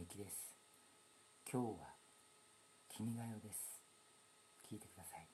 きです。今日は君が代です。聞いてください。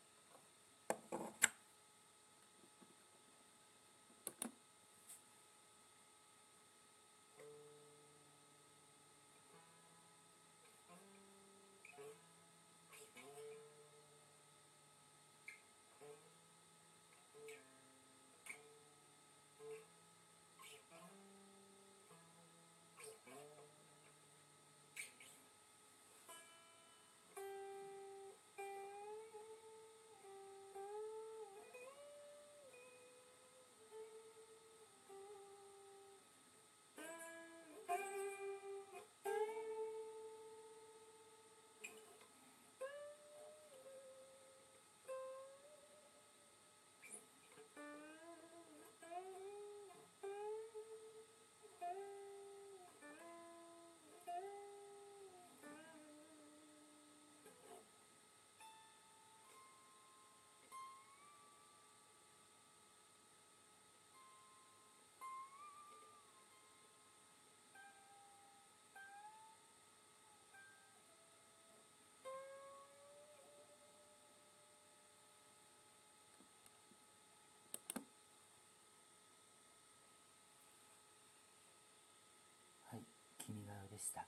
はい、君が代でした。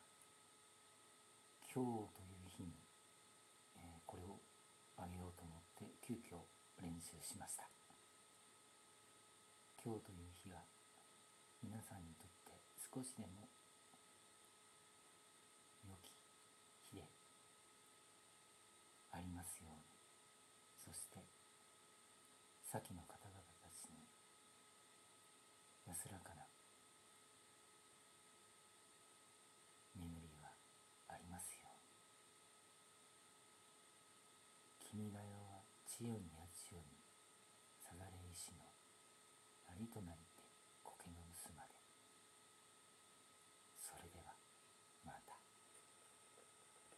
今日という日に、これをあげようと思って急遽練習しました。今日という日は皆さんにとって少しでも良き日でありますように。そして先の方々たちに安らかな眠りはありますように。君が代は千代にや千代に、さざれ石の成となり